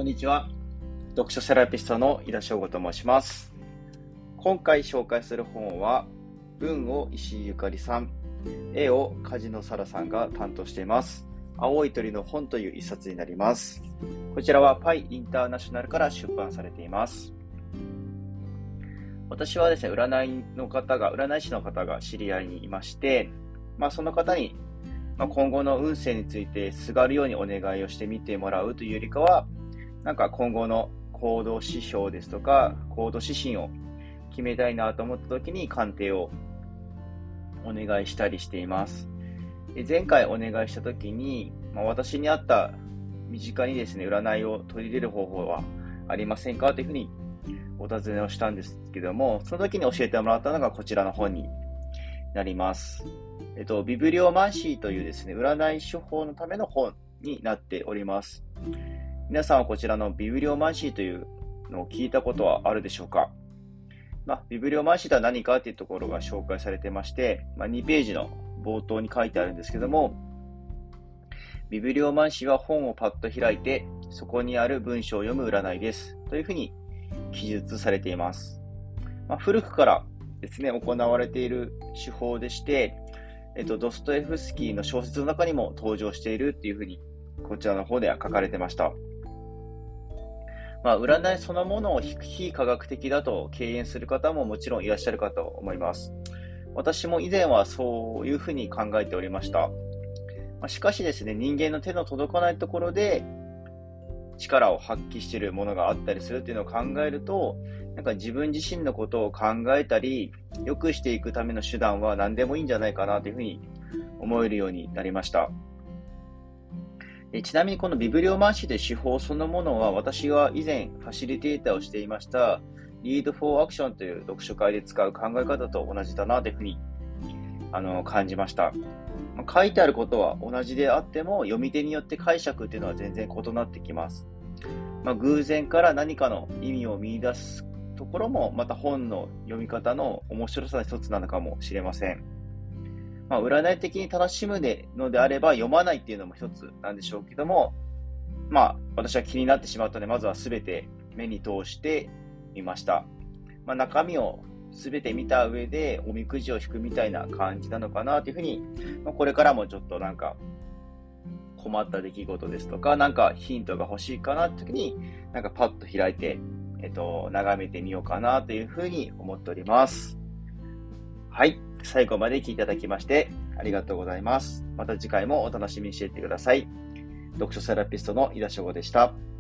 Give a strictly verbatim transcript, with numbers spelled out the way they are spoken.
んにちは。読書セラピストの井田翔吾と申します。今回紹介する本は、文を石井ゆかりさん、絵を梶野沙羅さんが担当しています。青い鳥の本という一冊になります。こちらはパイインターナショナルから出版されています。私はですね、占いの方が、占い師の方が知り合いにいまして、まあその方に、まあ、今後の運勢についてすがるようにお願いをしてみてもらうというよりかは、なんか今後の行動指標ですとか、行動指針を決めたいなと思った時に鑑定をお願いしたりしています。で前回お願いした時に、まあ、私に合った身近にですね、占いを取り入れる方法はありませんかというふうにお尋ねをしたんですけども、その時に教えてもらったのがこちらの本になります。えっと、ビブリオマンシーというですね、占い手法のための本になっております。皆さんはこちらのビブリオマンシーというのを聞いたことはあるでしょうか？まあ、ビブリオマンシーとは何かというところが紹介されてまして、まあ、にページの冒頭に書いてあるんですけども、ビブリオマンシーは本をパッと開いて、そこにある文章を読む占いですというふうに記述されています。まあ、古くからですね、行われている手法でして、えっと、ドストエフスキーの小説の中にも登場しているっていうふうに、こちらの方では書かれてました。まあ、占いそのものを非科学的だと敬遠する方ももちろんいらっしゃるかと思います。私も以前はそういうふうに考えておりました。まあ、しかしですね、人間の手の届かないところで力を発揮しているものがあったりするっていうのを考えると、なんか自分自身のことを考えたり、良くしていくための手段は何でもいいんじゃないかなというふうに思えるようになりました。でちなみにこのビブリオマンシーという手法そのものは、私が以前ファシリテーターをしていましたリードフォーアクションという読書会で使う考え方と同じだなというふうにあの感じました。書いてあることは同じであっても、読み手によって解釈っていうのは全然異なってきます。まあ、偶然から何かの意味を見出すところも、また本の読み方の面白さの一つなのかもしれません。まあ、占い的に楽しむのであれば読まないっていうのも一つなんでしょうけども、まあ、私は気になってしまったので、まずは全て目に通してみました。まあ、中身を全て見た上でおみくじを引くみたいな感じなのかなというふうに、まあ、これからもちょっとなんか困った出来事ですとか、なんかヒントが欲しいかなという時に、なんかパッと開いて、えっと、眺めてみようかなというふうに思っております。はい。最後まで聞いていただきましてありがとうございます。また次回もお楽しみにしていてください。読書セラピストの井田翔吾でした。